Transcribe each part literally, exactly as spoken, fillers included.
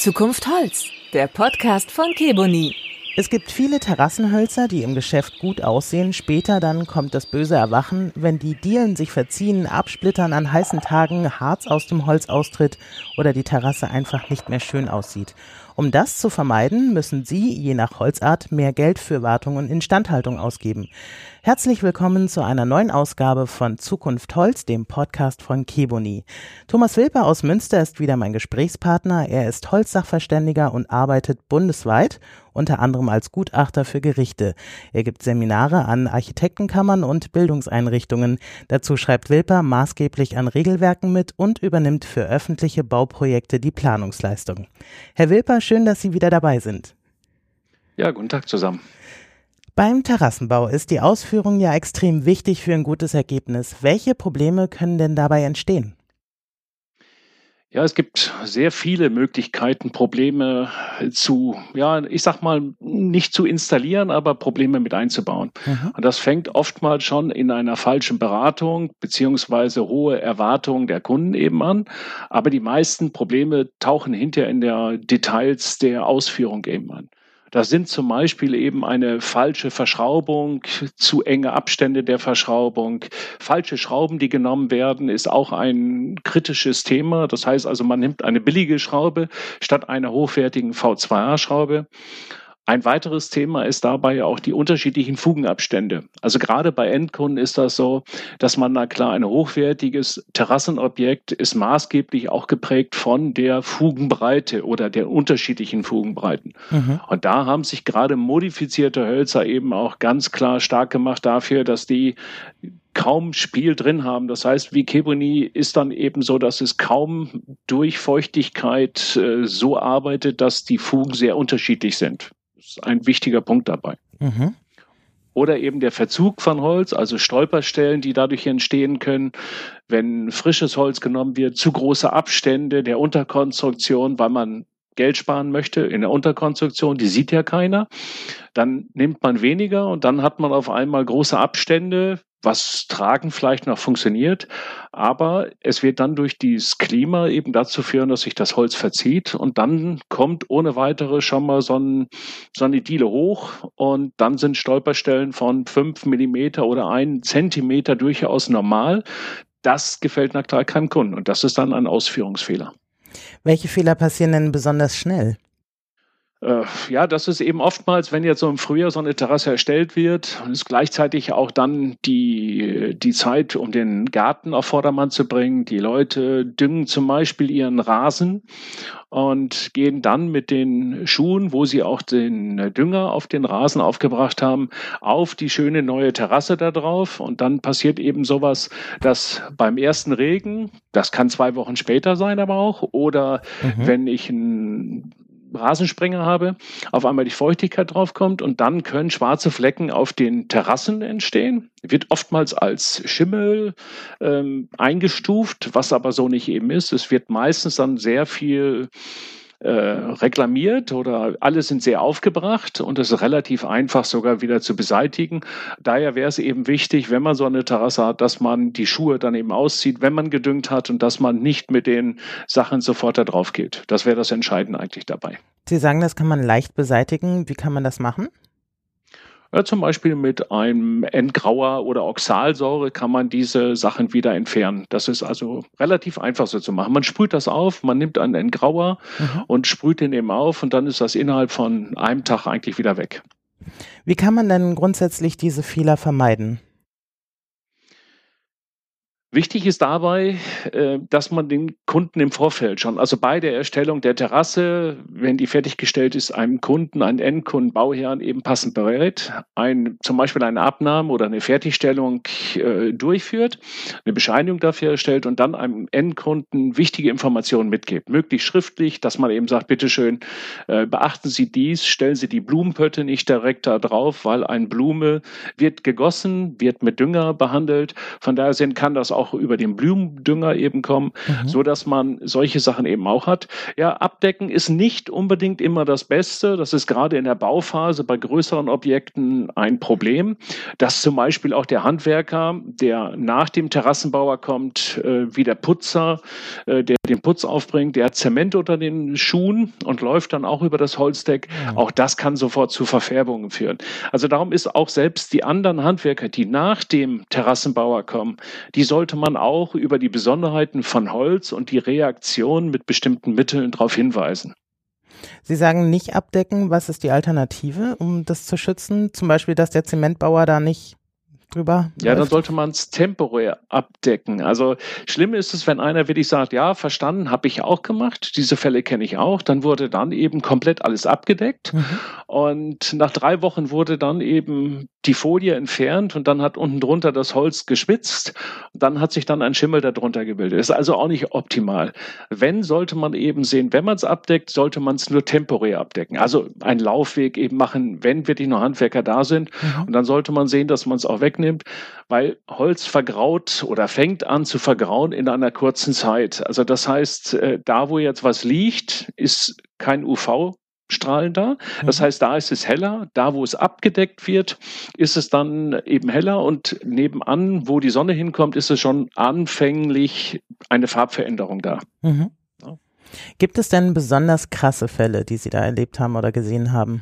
Zukunft Holz, der Podcast von Keboni. Es gibt viele Terrassenhölzer, die im Geschäft gut aussehen. Später dann kommt das böse Erwachen, wenn die Dielen sich verziehen, absplittern an heißen Tagen, Harz aus dem Holz austritt oder die Terrasse einfach nicht mehr schön aussieht. Um das zu vermeiden, müssen Sie, je nach Holzart, mehr Geld für Wartung und Instandhaltung ausgeben. Herzlich willkommen zu einer neuen Ausgabe von Zukunft Holz, dem Podcast von Keboni. Thomas Wilper aus Münster ist wieder mein Gesprächspartner. Er ist Holzsachverständiger und arbeitet bundesweit, unter anderem als Gutachter für Gerichte. Er gibt Seminare an Architektenkammern und Bildungseinrichtungen. Dazu schreibt Wilper maßgeblich an Regelwerken mit und übernimmt für öffentliche Bauprojekte die Planungsleistung. Herr Wilper, schön, dass Sie wieder dabei sind. Ja, guten Tag zusammen. Beim Terrassenbau ist die Ausführung ja extrem wichtig für ein gutes Ergebnis. Welche Probleme können denn dabei entstehen? Ja, es gibt sehr viele Möglichkeiten, Probleme zu, ja, ich sag mal, nicht zu installieren, aber Probleme mit einzubauen. Mhm. Und das fängt oftmals schon in einer falschen Beratung beziehungsweise hohe Erwartungen der Kunden eben an. Aber die meisten Probleme tauchen hinterher in der Details der Ausführung eben an. Das sind zum Beispiel eben eine falsche Verschraubung, zu enge Abstände der Verschraubung, falsche Schrauben, die genommen werden, ist auch ein kritisches Thema. Das heißt also, man nimmt eine billige Schraube statt einer hochwertigen V zwei A-Schraube. Ein weiteres Thema ist dabei auch die unterschiedlichen Fugenabstände. Also gerade bei Endkunden ist das so, dass man, na klar, ein hochwertiges Terrassenobjekt ist maßgeblich auch geprägt von der Fugenbreite oder der unterschiedlichen Fugenbreiten. Mhm. Und da haben sich gerade modifizierte Hölzer eben auch ganz klar stark gemacht dafür, dass die kaum Spiel drin haben. Das heißt, wie Keboni ist dann eben so, dass es kaum durch Feuchtigkeit äh, so arbeitet, dass die Fugen sehr unterschiedlich sind. Das ist ein wichtiger Punkt dabei. Mhm. Oder eben der Verzug von Holz, also Stolperstellen, die dadurch entstehen können, wenn frisches Holz genommen wird, zu große Abstände der Unterkonstruktion, weil man Geld sparen möchte in der Unterkonstruktion, die sieht ja keiner. Dann nimmt man weniger und dann hat man auf einmal große Abstände, was tragen vielleicht noch funktioniert, aber es wird dann durch dieses Klima eben dazu führen, dass sich das Holz verzieht und dann kommt ohne weitere schon mal so, ein, so eine Diele hoch und dann sind Stolperstellen von fünf Millimeter oder ein Zentimeter durchaus normal. Das gefällt natürlich keinem Kunden und das ist dann ein Ausführungsfehler. Welche Fehler passieren denn besonders schnell? Ja, das ist eben oftmals, wenn jetzt so im Frühjahr so eine Terrasse erstellt wird und es gleichzeitig auch dann die, die Zeit, um den Garten auf Vordermann zu bringen. Die Leute düngen zum Beispiel ihren Rasen und gehen dann mit den Schuhen, wo sie auch den Dünger auf den Rasen aufgebracht haben, auf die schöne neue Terrasse da drauf. Und dann passiert eben sowas, dass beim ersten Regen, das kann zwei Wochen später sein aber auch, oder mhm. wenn ich ein Rasensprenger habe, auf einmal die Feuchtigkeit draufkommt und dann können schwarze Flecken auf den Terrassen entstehen. Wird oftmals als Schimmel ähm, eingestuft, was aber so nicht eben ist. Es wird meistens dann sehr viel äh, reklamiert oder alle sind sehr aufgebracht und es ist relativ einfach sogar wieder zu beseitigen. Daher wäre es eben wichtig, wenn man so eine Terrasse hat, dass man die Schuhe dann eben auszieht, wenn man gedüngt hat und dass man nicht mit den Sachen sofort da drauf geht. Das wäre das Entscheidende eigentlich dabei. Sie sagen, das kann man leicht beseitigen. Wie kann man das machen? Ja, zum Beispiel mit einem Entgrauer oder Oxalsäure kann man diese Sachen wieder entfernen. Das ist also relativ einfach so zu machen. Man sprüht das auf, man nimmt einen Entgrauer mhm. und sprüht den eben auf und dann ist das innerhalb von einem Tag eigentlich wieder weg. Wie kann man denn grundsätzlich diese Fehler vermeiden? Wichtig ist dabei, dass man den Kunden im Vorfeld schon, also bei der Erstellung der Terrasse, wenn die fertiggestellt ist, einem Kunden, einen Endkunden, Bauherrn eben passend berät, ein, zum Beispiel eine Abnahme oder eine Fertigstellung äh, durchführt, eine Bescheinigung dafür erstellt und dann einem Endkunden wichtige Informationen mitgibt. Möglichst schriftlich, dass man eben sagt, bitteschön, äh, beachten Sie dies, stellen Sie die Blumenpötte nicht direkt da drauf, weil eine Blume wird gegossen, wird mit Dünger behandelt. Von daher sind, kann das auch auch über den Blumendünger eben kommen, mhm. so dass man solche Sachen eben auch hat. Ja, abdecken ist nicht unbedingt immer das Beste. Das ist gerade in der Bauphase bei größeren Objekten ein Problem, dass zum Beispiel auch der Handwerker, der nach dem Terrassenbauer kommt, äh, wie der Putzer, äh, der den Putz aufbringt, der hat Zement unter den Schuhen und läuft dann auch über das Holzdeck. Mhm. Auch das kann sofort zu Verfärbungen führen. Also darum ist auch selbst die anderen Handwerker, die nach dem Terrassenbauer kommen, die sollte man auch über die Besonderheiten von Holz und die Reaktion mit bestimmten Mitteln darauf hinweisen. Sie sagen nicht abdecken. Was ist die Alternative, um das zu schützen? Zum Beispiel, dass der Zementbauer da nicht drüber Ja, läuft? dann sollte man es temporär abdecken. Also schlimm ist es, wenn einer wirklich sagt, ja, verstanden, habe ich auch gemacht, diese Fälle kenne ich auch, dann wurde dann eben komplett alles abgedeckt mhm. und nach drei Wochen wurde dann eben die Folie entfernt und dann hat unten drunter das Holz geschwitzt und dann hat sich dann ein Schimmel darunter gebildet. Das ist also auch nicht optimal. Wenn, sollte man eben sehen, wenn man es abdeckt, sollte man es nur temporär abdecken. Also einen Laufweg eben machen, wenn wirklich noch Handwerker da sind mhm. und dann sollte man sehen, dass man es auch wegnimmt, weil Holz vergraut oder fängt an zu vergrauen in einer kurzen Zeit. Also das heißt, da wo jetzt was liegt, ist kein U V-Strahlen da. Das heißt, da ist es heller. Da, wo es abgedeckt wird, ist es dann eben heller und nebenan, wo die Sonne hinkommt, ist es schon anfänglich eine Farbveränderung da. Mhm. Ja. Gibt es denn besonders krasse Fälle, die Sie da erlebt haben oder gesehen haben?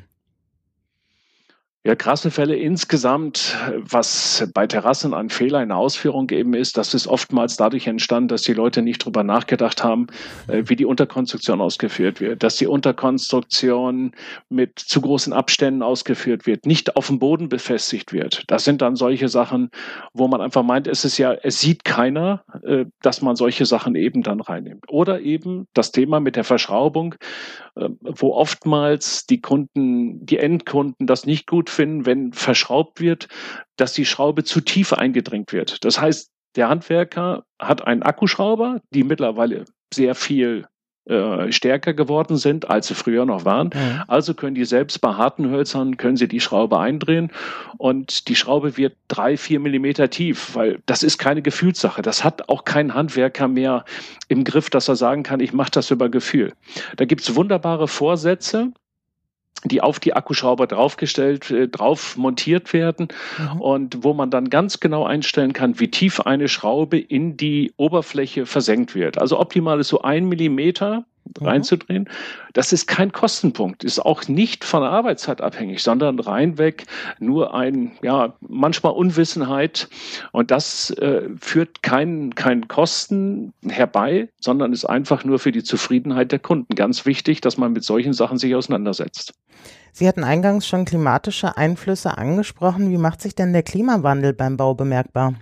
Ja, krasse Fälle insgesamt, was bei Terrassen ein Fehler in der Ausführung eben ist, das ist oftmals dadurch entstanden, dass die Leute nicht drüber nachgedacht haben, wie die Unterkonstruktion ausgeführt wird, dass die Unterkonstruktion mit zu großen Abständen ausgeführt wird, nicht auf dem Boden befestigt wird. Das sind dann solche Sachen, wo man einfach meint, es ist ja, es sieht keiner, dass man solche Sachen eben dann reinnimmt. Oder eben das Thema mit der Verschraubung, wo oftmals die Kunden, die Endkunden das nicht gut finden, wenn verschraubt wird, dass die Schraube zu tief eingedrängt wird. Das heißt, der Handwerker hat einen Akkuschrauber, die mittlerweile sehr viel äh, stärker geworden sind, als sie früher noch waren. Mhm. Also können die selbst bei harten Hölzern, können sie die Schraube eindrehen und die Schraube wird drei, vier Millimeter tief, weil das ist keine Gefühlssache. Das hat auch kein Handwerker mehr im Griff, dass er sagen kann, ich mache das über Gefühl. Da gibt es wunderbare Vorsätze, die auf die Akkuschrauber draufgestellt, äh, drauf montiert werden mhm. und wo man dann ganz genau einstellen kann, wie tief eine Schraube in die Oberfläche versenkt wird. Also optimal ist so ein Millimeter reinzudrehen. Das ist kein Kostenpunkt, ist auch nicht von der Arbeitszeit abhängig, sondern reinweg nur ein, ja, manchmal Unwissenheit und das äh, führt keinen keinen Kosten herbei, sondern ist einfach nur für die Zufriedenheit der Kunden. Ganz wichtig, dass man mit solchen Sachen sich auseinandersetzt. Sie hatten eingangs schon klimatische Einflüsse angesprochen. Wie macht sich denn der Klimawandel beim Bau bemerkbar?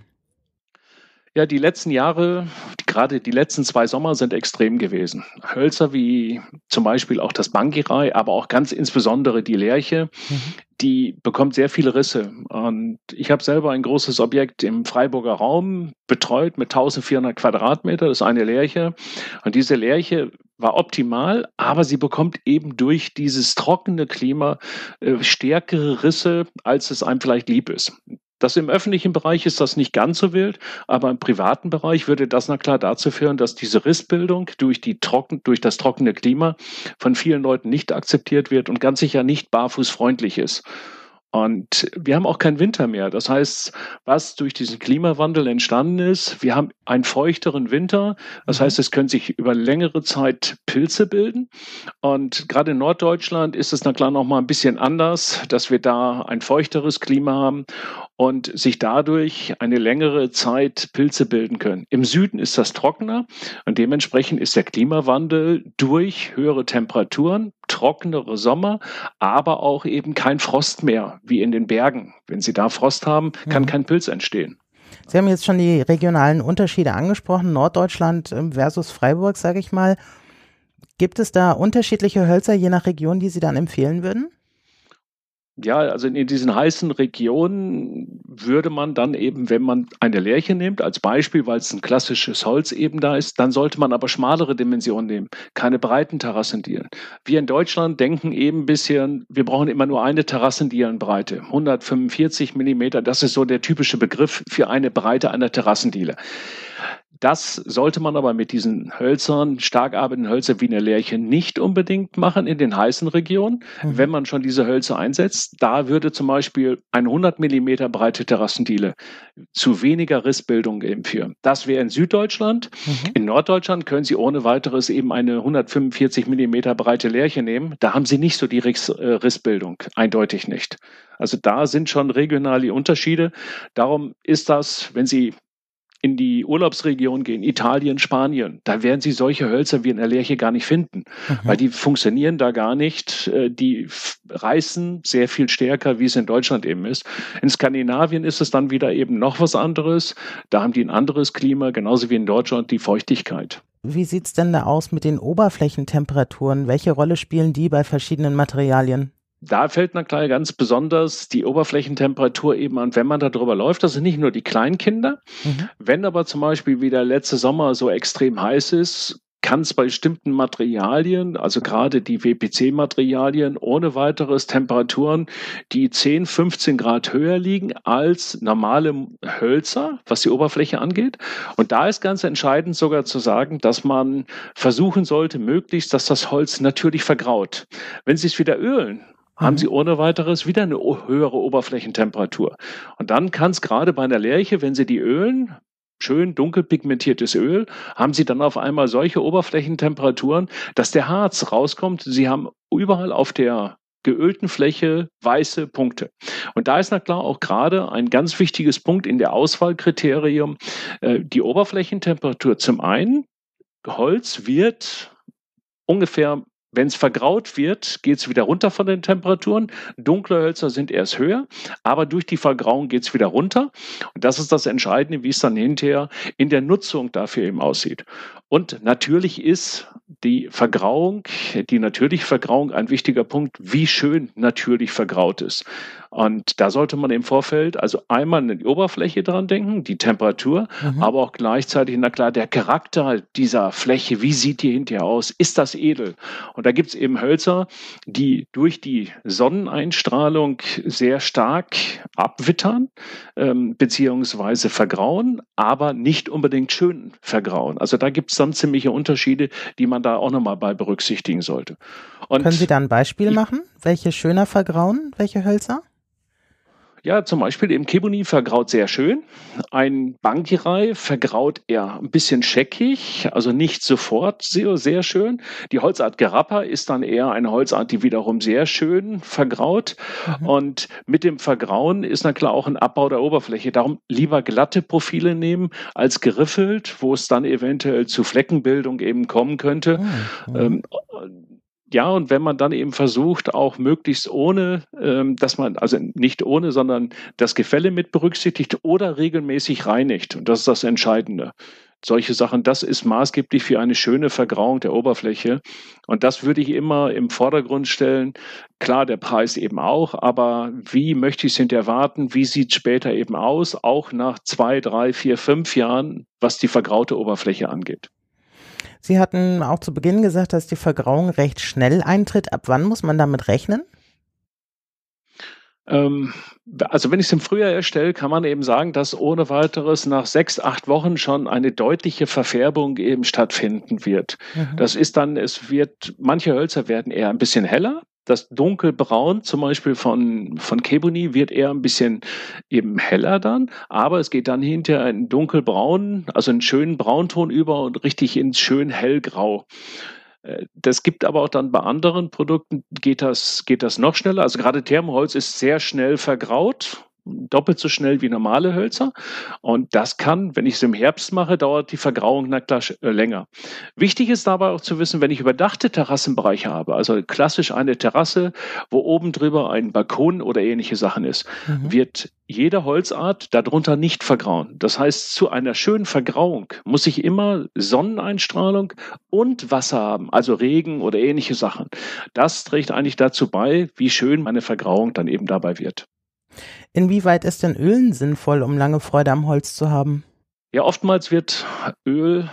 Ja, die letzten Jahre, gerade die letzten zwei Sommer sind extrem gewesen. Hölzer wie zum Beispiel auch das Bangirei, aber auch ganz insbesondere die Lärche, mhm. die bekommt sehr viele Risse. Und ich habe selber ein großes Objekt im Freiburger Raum betreut mit eintausendvierhundert Quadratmeter, das ist eine Lärche. Und diese Lärche war optimal, aber sie bekommt eben durch dieses trockene Klima äh, stärkere Risse, als es einem vielleicht lieb ist. Das im öffentlichen Bereich ist das nicht ganz so wild, aber im privaten Bereich würde das na klar dazu führen, dass diese Rissbildung durch, die trocken, durch das trockene Klima von vielen Leuten nicht akzeptiert wird und ganz sicher nicht barfußfreundlich ist. Und wir haben auch keinen Winter mehr. Das heißt, was durch diesen Klimawandel entstanden ist, wir haben einen feuchteren Winter. Das heißt, es können sich über längere Zeit Pilze bilden. Und gerade in Norddeutschland ist es na klar noch mal ein bisschen anders, dass wir da ein feuchteres Klima haben und sich dadurch eine längere Zeit Pilze bilden können. Im Süden ist das trockener und dementsprechend ist der Klimawandel durch höhere Temperaturen, trockenere Sommer, aber auch eben kein Frost mehr, wie in den Bergen. Wenn Sie da Frost haben, kann mhm. kein Pilz entstehen. Sie haben jetzt schon die regionalen Unterschiede angesprochen, Norddeutschland versus Freiburg, sage ich mal. Gibt es da unterschiedliche Hölzer je nach Region, die Sie dann empfehlen würden? Ja, also in diesen heißen Regionen würde man dann eben, wenn man eine Lärche nimmt, als Beispiel, weil es ein klassisches Holz eben da ist, dann sollte man aber schmalere Dimensionen nehmen, keine breiten Terrassendielen. Wir in Deutschland denken eben ein bisschen, wir brauchen immer nur eine Terrassendielenbreite, hundertfünfundvierzig Millimeter, das ist so der typische Begriff für eine Breite einer Terrassendiele. Das sollte man aber mit diesen Hölzern, stark arbeitenden Hölzern wie eine Lärche nicht unbedingt machen in den heißen Regionen. Mhm. Wenn man schon diese Hölzer einsetzt, da würde zum Beispiel eine hundert Millimeter breite Terrassendiele zu weniger Rissbildung eben führen. Das wäre in Süddeutschland. Mhm. In Norddeutschland können Sie ohne weiteres eben eine hundertfünfundvierzig Millimeter breite Lärche nehmen. Da haben Sie nicht so die Riss, äh, Rissbildung, eindeutig nicht. Also da sind schon regionale Unterschiede. Darum ist das, wenn Sie in die Urlaubsregion gehen, Italien, Spanien, da werden Sie solche Hölzer wie in der Lärche gar nicht finden, mhm. weil die funktionieren da gar nicht. Die reißen sehr viel stärker, wie es in Deutschland eben ist. In Skandinavien ist es dann wieder eben noch was anderes. Da haben die ein anderes Klima, genauso wie in Deutschland die Feuchtigkeit. Wie sieht es denn da aus mit den Oberflächentemperaturen? Welche Rolle spielen die bei verschiedenen Materialien? Da fällt na klar ganz besonders die Oberflächentemperatur eben an, wenn man da drüber läuft. Das sind nicht nur die Kleinkinder. Mhm. Wenn aber zum Beispiel wie der letzte Sommer so extrem heiß ist, kann es bei bestimmten Materialien, also gerade die W P C-Materialien, ohne weiteres Temperaturen, die zehn, fünfzehn Grad höher liegen als normale Hölzer, was die Oberfläche angeht. Und da ist ganz entscheidend sogar zu sagen, dass man versuchen sollte, möglichst, dass das Holz natürlich vergraut. Wenn Sie es wieder ölen, haben Sie ohne weiteres wieder eine höhere Oberflächentemperatur. Und dann kann es gerade bei einer Lärche, wenn Sie die ölen, schön dunkel pigmentiertes Öl, haben Sie dann auf einmal solche Oberflächentemperaturen, dass der Harz rauskommt. Sie haben überall auf der geölten Fläche weiße Punkte. Und da ist na klar auch gerade ein ganz wichtiges Punkt in der Auswahlkriterium, äh, die Oberflächentemperatur. Zum einen, Holz wird ungefähr, wenn es vergraut wird, geht es wieder runter von den Temperaturen. Dunkle Hölzer sind erst höher, aber durch die Vergrauung geht es wieder runter. Und das ist das Entscheidende, wie es dann hinterher in der Nutzung dafür eben aussieht. Und natürlich ist die Vergrauung, die natürliche Vergrauung ein wichtiger Punkt, wie schön natürlich vergraut ist. Und da sollte man im Vorfeld also einmal an die Oberfläche dran denken, die Temperatur, mhm. aber auch gleichzeitig, na klar, der Charakter dieser Fläche, wie sieht die hinterher aus? Ist das edel? Und da gibt es eben Hölzer, die durch die Sonneneinstrahlung sehr stark abwittern, ähm, beziehungsweise vergrauen, aber nicht unbedingt schön vergrauen. Also da gibt es dann ziemliche Unterschiede, die man da auch nochmal bei berücksichtigen sollte. Und können Sie da ein Beispiel machen? Welche schöner vergrauen? Welche Hölzer? Ja, zum Beispiel im Kebuni vergraut sehr schön. Ein Bangirei vergraut eher ein bisschen scheckig, also nicht sofort sehr, sehr schön. Die Holzart Gerappa ist dann eher eine Holzart, die wiederum sehr schön vergraut. Mhm. Und mit dem Vergrauen ist na klar auch ein Abbau der Oberfläche. Darum lieber glatte Profile nehmen als geriffelt, wo es dann eventuell zu Fleckenbildung eben kommen könnte. Mhm. Ähm, Ja, und wenn man dann eben versucht, auch möglichst ohne, ähm, dass man, also nicht ohne, sondern das Gefälle mit berücksichtigt oder regelmäßig reinigt. Und das ist das Entscheidende. Solche Sachen, das ist maßgeblich für eine schöne Vergrauung der Oberfläche. Und das würde ich immer im Vordergrund stellen. Klar, der Preis eben auch, aber wie möchte ich es hinterher warten? Wie sieht es später eben aus? Auch nach zwei, drei, vier, fünf Jahren, was die vergraute Oberfläche angeht. Sie hatten auch zu Beginn gesagt, dass die Vergrauung recht schnell eintritt. Ab wann muss man damit rechnen? Ähm, also wenn ich es im Frühjahr erstelle, kann man eben sagen, dass ohne weiteres nach sechs, acht Wochen schon eine deutliche Verfärbung eben stattfinden wird. Mhm. Das ist dann, es wird, manche Hölzer werden eher ein bisschen heller. Das Dunkelbraun zum Beispiel von, von Kebuni wird eher ein bisschen eben heller dann, aber es geht dann hinter einen dunkelbraun, also einen schönen Braunton über und richtig ins schön hellgrau. Das gibt aber auch dann bei anderen Produkten, geht das, geht das noch schneller. Also gerade Thermoholz ist sehr schnell vergraut. doppelt so schnell wie normale Hölzer. Und das kann, wenn ich es im Herbst mache, dauert die Vergrauung na klar länger. Wichtig ist dabei auch zu wissen, wenn ich überdachte Terrassenbereiche habe, also klassisch eine Terrasse, wo oben drüber ein Balkon oder ähnliche Sachen ist, mhm. wird jede Holzart darunter nicht vergrauen. Das heißt, zu einer schönen Vergrauung muss ich immer Sonneneinstrahlung und Wasser haben, also Regen oder ähnliche Sachen. Das trägt eigentlich dazu bei, wie schön meine Vergrauung dann eben dabei wird. Inwieweit ist denn Ölen sinnvoll, um lange Freude am Holz zu haben? Ja, oftmals wird Öl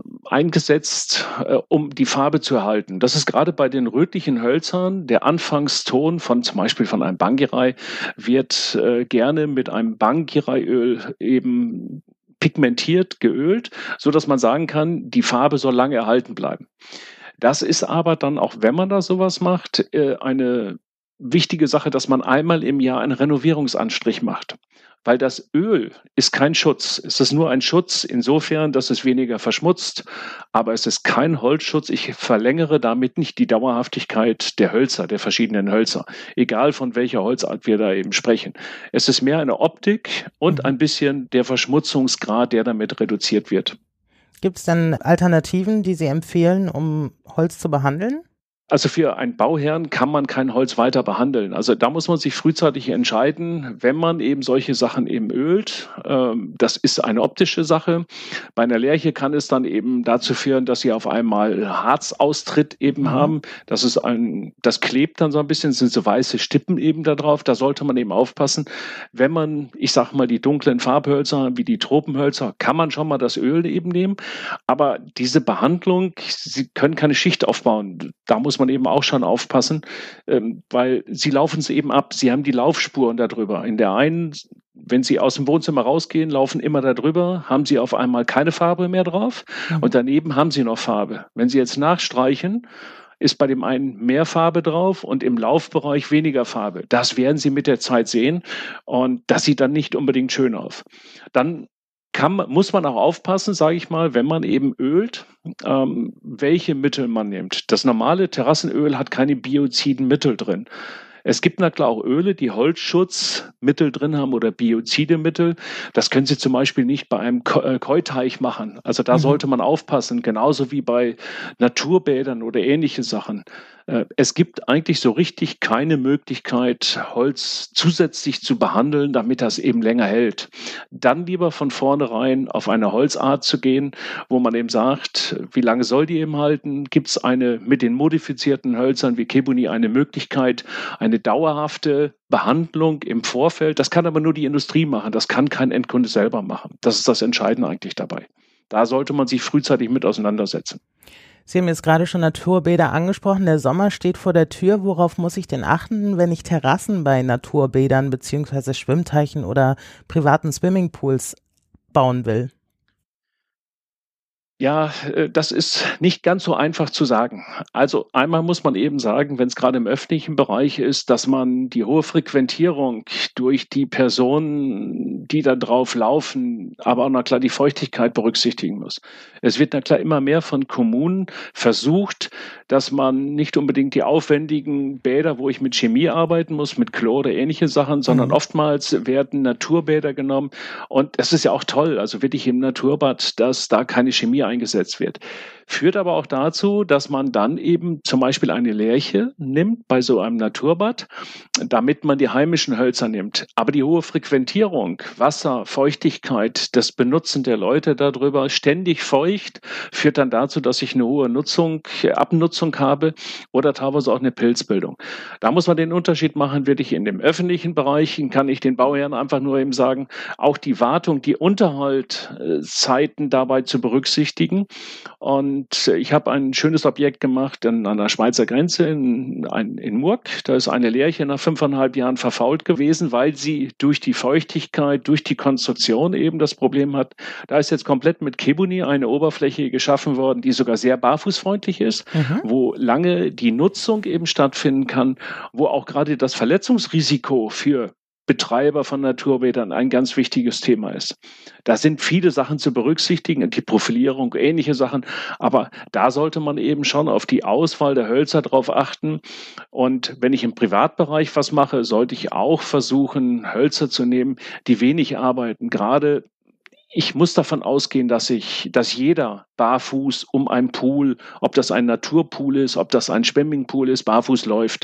eingesetzt, äh, um die Farbe zu erhalten. Das ist gerade bei den rötlichen Hölzern, der Anfangston von zum Beispiel von einem Bangirei wird äh, gerne mit einem Bangirei-Öl eben pigmentiert, geölt, so dass man sagen kann, die Farbe soll lange erhalten bleiben. Das ist aber dann, auch wenn man da sowas macht, äh, eine wichtige Sache, dass man einmal im Jahr einen Renovierungsanstrich macht. Weil das Öl ist kein Schutz. Es ist nur ein Schutz insofern, dass es weniger verschmutzt, aber es ist kein Holzschutz. Ich verlängere damit nicht die Dauerhaftigkeit der Hölzer, der verschiedenen Hölzer, egal von welcher Holzart wir da eben sprechen. Es ist mehr eine Optik und ein bisschen der Verschmutzungsgrad, der damit reduziert wird. Gibt es denn Alternativen, die Sie empfehlen, um Holz zu behandeln? Also für einen Bauherrn kann man kein Holz weiter behandeln. Also da muss man sich frühzeitig entscheiden, wenn man eben solche Sachen eben ölt. Ähm, das ist eine optische Sache. Bei einer Lärche kann es dann eben dazu führen, dass sie auf einmal Harzaustritt eben mhm. haben. Das ist ein, das klebt dann so ein bisschen, sind so weiße Stippen eben da drauf. Da sollte man eben aufpassen. Wenn man, ich sag mal, die dunklen Farbhölzer wie die Tropenhölzer, kann man schon mal das Öl eben nehmen. Aber diese Behandlung, sie können keine Schicht aufbauen. Da muss man eben auch schon aufpassen, ähm, weil sie laufen es eben ab. Sie haben die Laufspuren darüber. In der einen, wenn Sie aus dem Wohnzimmer rausgehen, laufen immer darüber, haben Sie auf einmal keine Farbe mehr drauf mhm. und daneben haben Sie noch Farbe. Wenn Sie jetzt nachstreichen, ist bei dem einen mehr Farbe drauf und im Laufbereich weniger Farbe. Das werden Sie mit der Zeit sehen und das sieht dann nicht unbedingt schön aus. Dann Kann, muss man auch aufpassen, sage ich mal, wenn man eben ölt, ähm, welche Mittel man nimmt. Das normale Terrassenöl hat keine bioziden Mittel drin. Es gibt na klar auch Öle, die Holzschutzmittel drin haben oder biozide Mittel. Das können Sie zum Beispiel nicht bei einem Keuteich machen. Also da mhm. sollte man aufpassen, genauso wie bei Naturbädern oder ähnliche Sachen. Es gibt eigentlich so richtig keine Möglichkeit, Holz zusätzlich zu behandeln, damit das eben länger hält. Dann lieber von vornherein auf eine Holzart zu gehen, wo man eben sagt, wie lange soll die eben halten? Gibt es eine mit den modifizierten Hölzern wie Kebuni eine Möglichkeit, eine dauerhafte Behandlung im Vorfeld? Das kann aber nur die Industrie machen, das kann kein Endkunde selber machen. Das ist das Entscheidende eigentlich dabei. Da sollte man sich frühzeitig mit auseinandersetzen. Sie haben jetzt gerade schon Naturbäder angesprochen. Der Sommer steht vor der Tür. Worauf muss ich denn achten, wenn ich Terrassen bei Naturbädern beziehungsweise Schwimmteichen oder privaten Swimmingpools bauen will? Ja, das ist nicht ganz so einfach zu sagen. Also einmal muss man eben sagen, wenn es gerade im öffentlichen Bereich ist, dass man die hohe Frequentierung durch die Personen, die da drauf laufen, aber auch na klar die Feuchtigkeit berücksichtigen muss. Es wird na klar immer mehr von Kommunen versucht, dass man nicht unbedingt die aufwendigen Bäder, wo ich mit Chemie arbeiten muss, mit Chlor oder ähnliche Sachen, sondern mhm. oftmals werden Naturbäder genommen. Und das ist ja auch toll, also wirklich im Naturbad, dass da keine Chemie eingesetzt wird. Führt aber auch dazu, dass man dann eben zum Beispiel eine Lärche nimmt bei so einem Naturbad, damit man die heimischen Hölzer nimmt. Aber die hohe Frequentierung, Wasser, Feuchtigkeit, das Benutzen der Leute darüber, ständig feucht, führt dann dazu, dass ich eine hohe Nutzung, Abnutzung habe oder teilweise auch eine Pilzbildung. Da muss man den Unterschied machen, wirklich in dem öffentlichen Bereich, kann ich den Bauherren einfach nur eben sagen, auch die Wartung, die Unterhaltzeiten dabei zu berücksichtigen. Und ich habe ein schönes Objekt gemacht an, an der Schweizer Grenze in, in Murg. Da ist eine Lärche nach fünfeinhalb Jahren verfault gewesen, weil sie durch die Feuchtigkeit, durch die Konstruktion eben das Problem hat. Da ist jetzt komplett mit Kebuni eine Oberfläche geschaffen worden, die sogar sehr barfußfreundlich ist, mhm. wo lange die Nutzung eben stattfinden kann, wo auch gerade das Verletzungsrisiko für Betreiber von Naturbädern ein ganz wichtiges Thema ist. Da sind viele Sachen zu berücksichtigen, die Profilierung, ähnliche Sachen, aber da sollte man eben schon auf die Auswahl der Hölzer drauf achten. Und wenn ich im Privatbereich was mache, sollte ich auch versuchen, Hölzer zu nehmen, die wenig arbeiten. Gerade ich muss davon ausgehen, dass ich, dass jeder barfuß um einen Pool, ob das ein Naturpool ist, ob das ein Swimmingpool ist, barfuß läuft.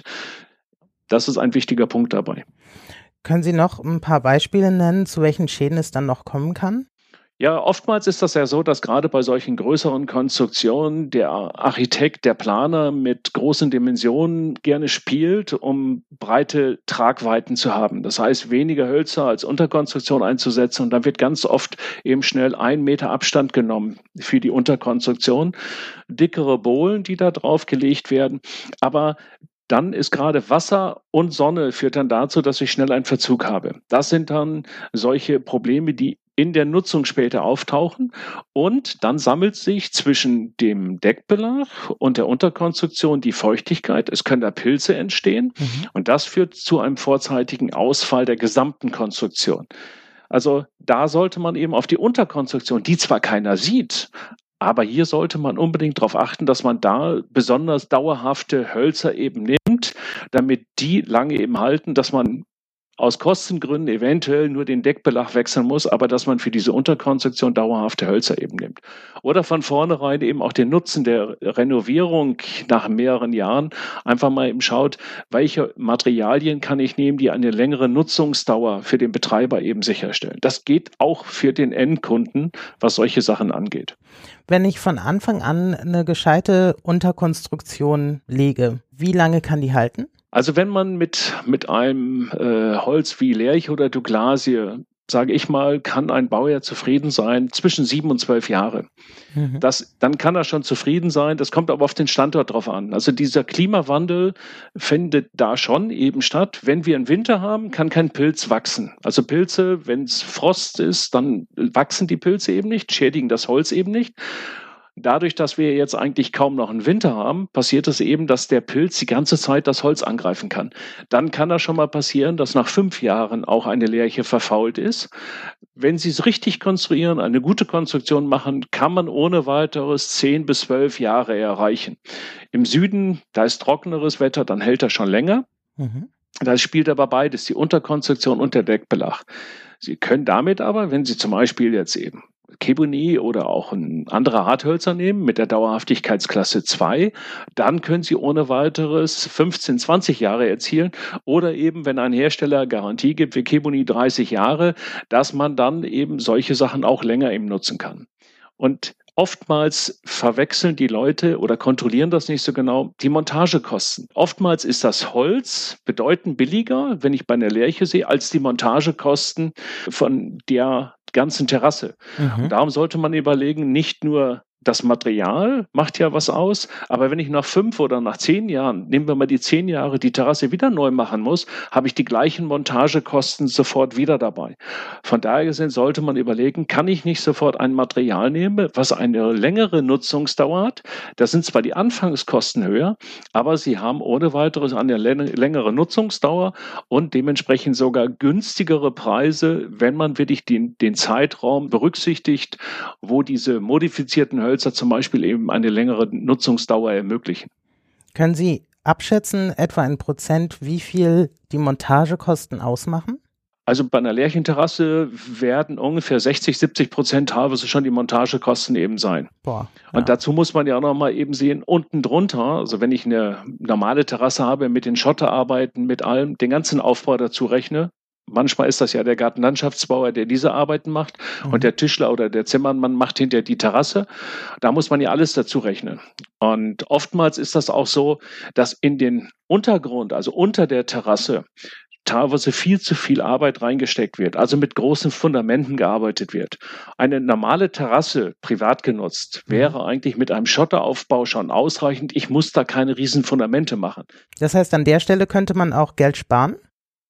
Das ist ein wichtiger Punkt dabei. Können Sie noch ein paar Beispiele nennen, zu welchen Schäden es dann noch kommen kann? Ja, oftmals ist das ja so, dass gerade bei solchen größeren Konstruktionen der Architekt, der Planer mit großen Dimensionen gerne spielt, um breite Tragweiten zu haben. Das heißt, weniger Hölzer als Unterkonstruktion einzusetzen und dann wird ganz oft eben schnell ein Meter Abstand genommen für die Unterkonstruktion. Dickere Bohlen, die da drauf gelegt werden, aber dann ist gerade Wasser und Sonne führt dann dazu, dass ich schnell einen Verzug habe. Das sind dann solche Probleme, die in der Nutzung später auftauchen und dann sammelt sich zwischen dem Deckbelag und der Unterkonstruktion die Feuchtigkeit. Es können da Pilze entstehen mhm. und das führt zu einem vorzeitigen Ausfall der gesamten Konstruktion. Also da sollte man eben auf die Unterkonstruktion, die zwar keiner sieht, aber hier sollte man unbedingt darauf achten, dass man da besonders dauerhafte Hölzer eben nimmt, damit die lange eben halten, dass man aus Kostengründen eventuell nur den Deckbelag wechseln muss, aber dass man für diese Unterkonstruktion dauerhafte Hölzer eben nimmt. Oder von vornherein eben auch den Nutzen der Renovierung nach mehreren Jahren einfach mal eben schaut, welche Materialien kann ich nehmen, die eine längere Nutzungsdauer für den Betreiber eben sicherstellen. Das geht auch für den Endkunden, was solche Sachen angeht. Wenn ich von Anfang an eine gescheite Unterkonstruktion lege, wie lange kann die halten? Also wenn man mit, mit einem äh, Holz wie Lärch oder Douglasie, sage ich mal, kann ein Bauherr zufrieden sein, zwischen sieben und zwölf Jahre. Mhm. Das, dann kann er schon zufrieden sein. Das kommt aber auf den Standort drauf an. Also dieser Klimawandel findet da schon eben statt. Wenn wir einen Winter haben, kann kein Pilz wachsen. Also Pilze, wenn es Frost ist, dann wachsen die Pilze eben nicht, schädigen das Holz eben nicht. Dadurch, dass wir jetzt eigentlich kaum noch einen Winter haben, passiert es eben, dass der Pilz die ganze Zeit das Holz angreifen kann. Dann kann das schon mal passieren, dass nach fünf Jahren auch eine Lärche verfault ist. Wenn Sie es richtig konstruieren, eine gute Konstruktion machen, kann man ohne weiteres zehn bis zwölf Jahre erreichen. Im Süden, da ist trockeneres Wetter, dann hält er schon länger. Mhm. Da spielt aber beides, die Unterkonstruktion und der Deckbelag. Sie können damit aber, wenn Sie zum Beispiel jetzt eben Kebuni oder auch ein anderer Harthölzer nehmen mit der Dauerhaftigkeitsklasse zwei, dann können Sie ohne weiteres fünfzehn, zwanzig Jahre erzielen oder eben, wenn ein Hersteller Garantie gibt wie Kebuni dreißig Jahre, dass man dann eben solche Sachen auch länger eben nutzen kann. Und oftmals verwechseln die Leute oder kontrollieren das nicht so genau, die Montagekosten. Oftmals ist das Holz bedeutend billiger, wenn ich bei einer Lärche sehe, als die Montagekosten von der ganzen Terrasse. Mhm. Und darum sollte man überlegen, nicht nur das Material macht ja was aus, aber wenn ich nach fünf oder nach zehn Jahren, nehmen wir mal die zehn Jahre, die Terrasse wieder neu machen muss, habe ich die gleichen Montagekosten sofort wieder dabei. Von daher gesehen sollte man überlegen, kann ich nicht sofort ein Material nehmen, was eine längere Nutzungsdauer hat? Da sind zwar die Anfangskosten höher, aber sie haben ohne weiteres eine längere Nutzungsdauer und dementsprechend sogar günstigere Preise, wenn man wirklich den, den Zeitraum berücksichtigt, wo diese modifizierten Hölzer zum Beispiel eben eine längere Nutzungsdauer ermöglichen. Können Sie abschätzen, etwa in Prozent, wie viel die Montagekosten ausmachen? Also bei einer Lärchenterrasse werden ungefähr sechzig, siebzig Prozent teilweise schon die Montagekosten eben sein. Boah, ja. Und dazu muss man ja auch noch mal eben sehen, unten drunter, also wenn ich eine normale Terrasse habe mit den Schotterarbeiten, mit allem, den ganzen Aufbau dazu rechne, manchmal ist das ja der Gartenlandschaftsbauer, der diese Arbeiten macht mhm. und der Tischler oder der Zimmermann macht hinterher die Terrasse. Da muss man ja alles dazu rechnen. Und oftmals ist das auch so, dass in den Untergrund, also unter der Terrasse, teilweise viel zu viel Arbeit reingesteckt wird, also mit großen Fundamenten gearbeitet wird. Eine normale Terrasse, privat genutzt, wäre eigentlich mit einem Schotteraufbau schon ausreichend. Ich muss da keine riesen Fundamente machen. Das heißt, an der Stelle könnte man auch Geld sparen?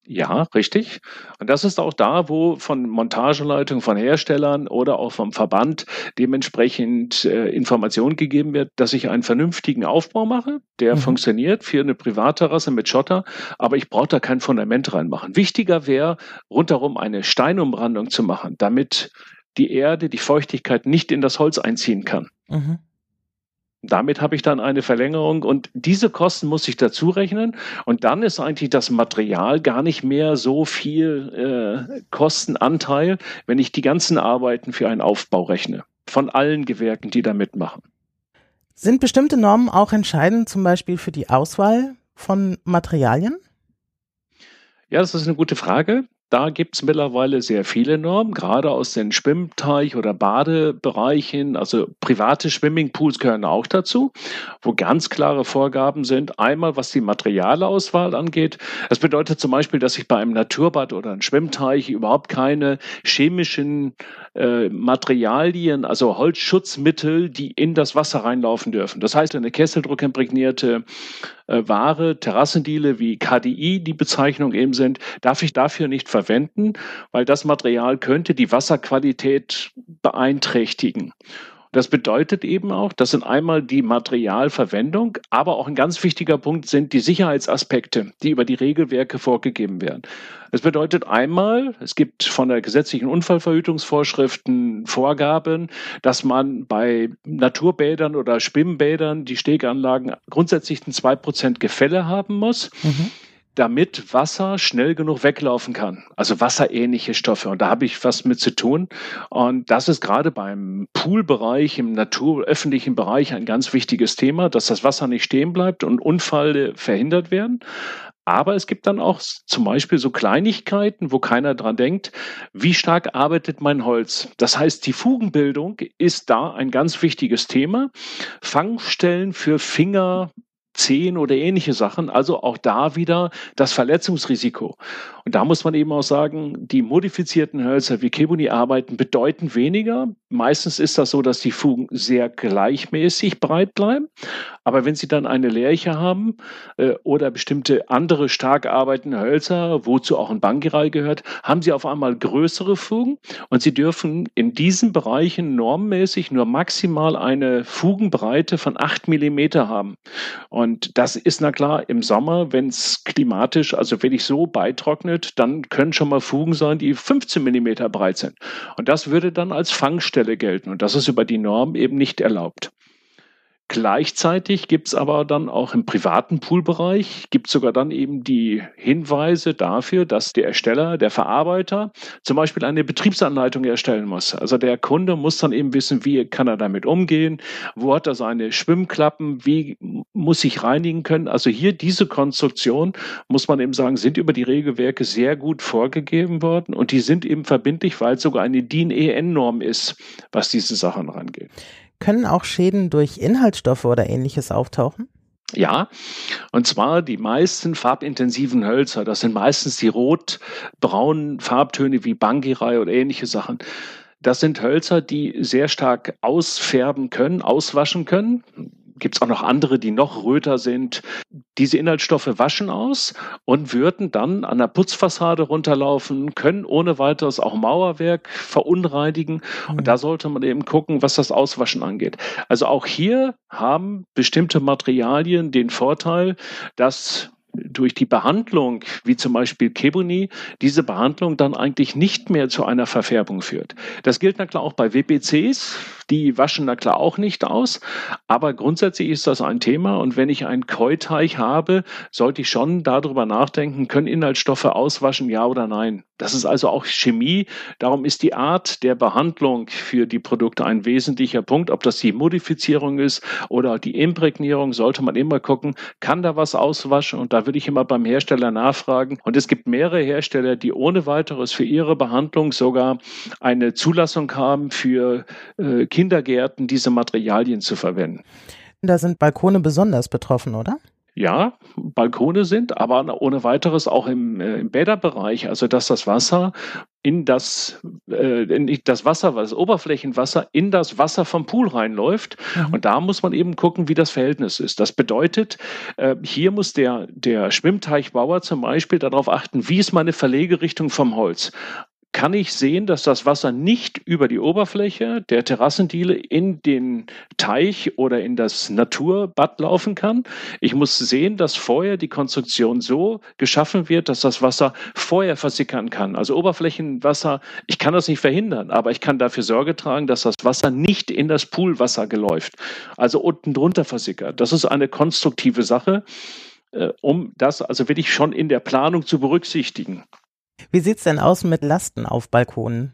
Ja, richtig. Und das ist auch da, wo von Montageleitungen, von Herstellern oder auch vom Verband dementsprechend äh, Information gegeben wird, dass ich einen vernünftigen Aufbau mache, der mhm. funktioniert für eine Privatterrasse mit Schotter, aber ich brauche da kein Fundament reinmachen. Wichtiger wäre, rundherum eine Steinumrandung zu machen, damit die Erde, die Feuchtigkeit nicht in das Holz einziehen kann. Mhm. Damit habe ich dann eine Verlängerung und diese Kosten muss ich dazu rechnen und dann ist eigentlich das Material gar nicht mehr so viel äh, Kostenanteil, wenn ich die ganzen Arbeiten für einen Aufbau rechne, von allen Gewerken, die da mitmachen. Sind bestimmte Normen auch entscheidend, zum Beispiel für die Auswahl von Materialien? Ja, das ist eine gute Frage. Da gibt es mittlerweile sehr viele Normen, gerade aus den Schwimmteich- oder Badebereichen. Also private Swimmingpools gehören auch dazu, wo ganz klare Vorgaben sind. Einmal, was die Materialauswahl angeht. Das bedeutet zum Beispiel, dass ich bei einem Naturbad oder einem Schwimmteich überhaupt keine chemischen äh, Materialien, also Holzschutzmittel, die in das Wasser reinlaufen dürfen. Das heißt, eine kesseldruckimprägnierte äh, Ware, Terrassendiele wie K D I, die Bezeichnung eben sind, darf ich dafür nicht verwenden, weil das Material könnte die Wasserqualität beeinträchtigen. Das bedeutet eben auch, das sind einmal die Materialverwendung, aber auch ein ganz wichtiger Punkt sind die Sicherheitsaspekte, die über die Regelwerke vorgegeben werden. Das bedeutet einmal, es gibt von der gesetzlichen Unfallverhütungsvorschriften Vorgaben, dass man bei Naturbädern oder Schwimmbädern die Steganlagen grundsätzlich ein zwei Prozent Gefälle haben muss. Mhm. damit Wasser schnell genug weglaufen kann. Also wasserähnliche Stoffe. Und da habe ich was mit zu tun. Und das ist gerade beim Poolbereich, im naturöffentlichen Bereich ein ganz wichtiges Thema, dass das Wasser nicht stehen bleibt und Unfälle verhindert werden. Aber es gibt dann auch zum Beispiel so Kleinigkeiten, wo keiner dran denkt, wie stark arbeitet mein Holz. Das heißt, die Fugenbildung ist da ein ganz wichtiges Thema. Fangstellen für Finger, Zehen oder ähnliche Sachen, also auch da wieder das Verletzungsrisiko. Und da muss man eben auch sagen, die modifizierten Hölzer wie Kebuni arbeiten bedeuten weniger. Meistens ist das so, dass die Fugen sehr gleichmäßig breit bleiben. Aber wenn Sie dann eine Lärche haben äh, oder bestimmte andere stark arbeitende Hölzer, wozu auch ein Bangirai gehört, haben Sie auf einmal größere Fugen und Sie dürfen in diesen Bereichen normmäßig nur maximal eine Fugenbreite von acht Millimeter haben. Und das ist na klar im Sommer, wenn es klimatisch, also wenn ich so beitrocknet, dann können schon mal Fugen sein, die fünfzehn Millimeter breit sind. Und das würde dann als Fangstelle gelten. Und das ist über die Norm eben nicht erlaubt. Gleichzeitig gibt es aber dann auch im privaten Poolbereich, gibt es sogar dann eben die Hinweise dafür, dass der Ersteller, der Verarbeiter zum Beispiel eine Betriebsanleitung erstellen muss. Also der Kunde muss dann eben wissen, wie kann er damit umgehen, wo hat er seine Schwimmklappen, wie muss ich reinigen können. Also hier diese Konstruktion, muss man eben sagen, sind über die Regelwerke sehr gut vorgegeben worden und die sind eben verbindlich, weil es sogar eine D I N-E N-Norm ist, was diese Sachen rangeht. Können auch Schäden durch Inhaltsstoffe oder Ähnliches auftauchen? Ja, und zwar die meisten farbintensiven Hölzer, das sind meistens die rot-braunen Farbtöne wie Bangirai oder ähnliche Sachen. Das sind Hölzer, die sehr stark ausfärben können, auswaschen können. Gibt es auch noch andere, die noch röter sind. Diese Inhaltsstoffe waschen aus und würden dann an der Putzfassade runterlaufen, können ohne weiteres auch Mauerwerk verunreinigen. Mhm. Und da sollte man eben gucken, was das Auswaschen angeht. Also auch hier haben bestimmte Materialien den Vorteil, dass durch die Behandlung, wie zum Beispiel Kebuni, diese Behandlung dann eigentlich nicht mehr zu einer Verfärbung führt. Das gilt na klar auch bei W P Cs, die waschen na klar auch nicht aus, aber grundsätzlich ist das ein Thema und wenn ich einen Koi-Teich habe, sollte ich schon darüber nachdenken, können Inhaltsstoffe auswaschen, ja oder nein. Das ist also auch Chemie, darum ist die Art der Behandlung für die Produkte ein wesentlicher Punkt, ob das die Modifizierung ist oder die Imprägnierung, sollte man immer gucken, kann da was auswaschen und da würde ich immer beim Hersteller nachfragen. Und es gibt mehrere Hersteller, die ohne weiteres für ihre Behandlung sogar eine Zulassung haben, für äh, Kindergärten diese Materialien zu verwenden. Da sind Balkone besonders betroffen, oder? Ja, Balkone sind, aber ohne weiteres auch im, äh, im Bäderbereich, also dass das Wasser in das, äh, in das Wasser, das Oberflächenwasser in das Wasser vom Pool reinläuft. Mhm. Und da muss man eben gucken, wie das Verhältnis ist. Das bedeutet, äh, hier muss der, der Schwimmteichbauer zum Beispiel darauf achten, wie ist meine Verlegerichtung vom Holz. Kann ich sehen, dass das Wasser nicht über die Oberfläche der Terrassendiele in den Teich oder in das Naturbad laufen kann? Ich muss sehen, dass vorher die Konstruktion so geschaffen wird, dass das Wasser vorher versickern kann. Also Oberflächenwasser, ich kann das nicht verhindern, aber ich kann dafür Sorge tragen, dass das Wasser nicht in das Poolwasser geläuft, also unten drunter versickert. Das ist eine konstruktive Sache, um das also wirklich schon in der Planung zu berücksichtigen. Wie sieht's denn aus mit Lasten auf Balkonen?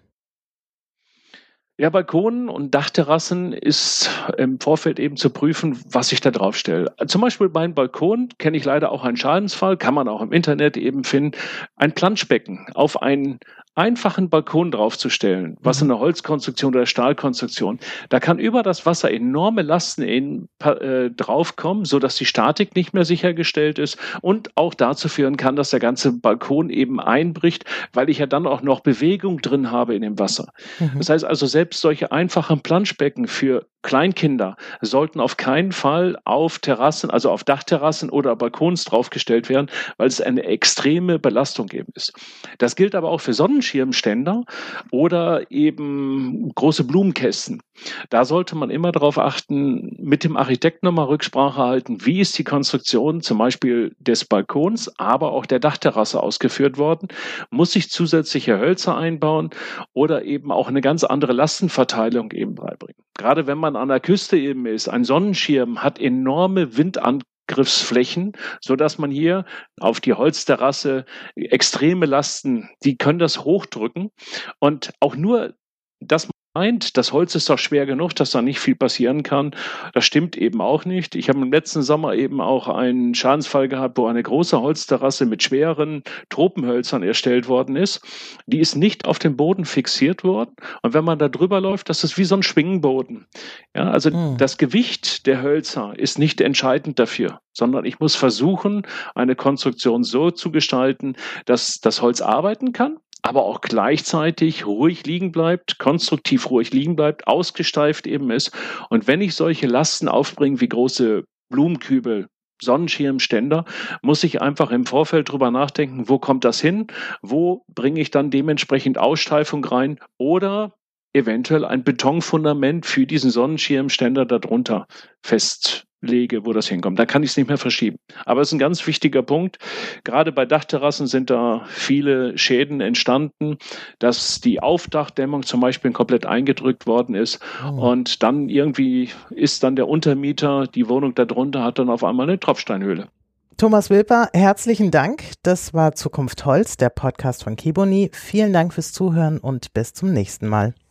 Ja, Balkonen und Dachterrassen ist im Vorfeld eben zu prüfen, was ich da drauf stelle. Zum Beispiel beim Balkon kenne ich leider auch einen Schadensfall, kann man auch im Internet eben finden, ein Planschbecken auf einen einfachen Balkon draufzustellen, was eine Holzkonstruktion oder Stahlkonstruktion. Da kann über das Wasser enorme Lasten in, äh, draufkommen, sodass die Statik nicht mehr sichergestellt ist und auch dazu führen kann, dass der ganze Balkon eben einbricht, weil ich ja dann auch noch Bewegung drin habe in dem Wasser. Mhm. Das heißt also, selbst solche einfachen Planschbecken für Kleinkinder sollten auf keinen Fall auf Terrassen, also auf Dachterrassen oder Balkons draufgestellt werden, weil es eine extreme Belastung eben ist. Das gilt aber auch für Sonnenschirmständer oder eben große Blumenkästen. Da sollte man immer darauf achten, mit dem Architekten nochmal Rücksprache halten, wie ist die Konstruktion zum Beispiel des Balkons, aber auch der Dachterrasse ausgeführt worden. Muss ich zusätzliche Hölzer einbauen oder eben auch eine ganz andere Lastenverteilung eben beibringen. Gerade wenn man an der Küste eben ist, ein Sonnenschirm hat enorme Windangriffsflächen, so dass man hier auf die Holzterrasse extreme Lasten, die können das hochdrücken und auch nur das meint, das Holz ist doch schwer genug, dass da nicht viel passieren kann. Das stimmt eben auch nicht. Ich habe im letzten Sommer eben auch einen Schadensfall gehabt, wo eine große Holzterrasse mit schweren Tropenhölzern erstellt worden ist. Die ist nicht auf dem Boden fixiert worden. Und wenn man da drüber läuft, das ist wie so ein Schwingboden. Ja, also mhm. das Gewicht der Hölzer ist nicht entscheidend dafür, sondern ich muss versuchen, eine Konstruktion so zu gestalten, dass das Holz arbeiten kann, aber auch gleichzeitig ruhig liegen bleibt, konstruktiv ruhig liegen bleibt, ausgesteift eben ist. Und wenn ich solche Lasten aufbringe wie große Blumenkübel, Sonnenschirmständer, muss ich einfach im Vorfeld drüber nachdenken, wo kommt das hin, wo bringe ich dann dementsprechend Aussteifung rein oder eventuell ein Betonfundament für diesen Sonnenschirmständer darunter festlege, wo das hinkommt. Da kann ich es nicht mehr verschieben. Aber es ist ein ganz wichtiger Punkt. Gerade bei Dachterrassen sind da viele Schäden entstanden, dass die Aufdachdämmung zum Beispiel komplett eingedrückt worden ist. Oh. Und dann irgendwie ist dann der Untermieter, die Wohnung darunter hat dann auf einmal eine Tropfsteinhöhle. Thomas Wilper, herzlichen Dank. Das war Zukunft Holz, der Podcast von Keboni. Vielen Dank fürs Zuhören und bis zum nächsten Mal.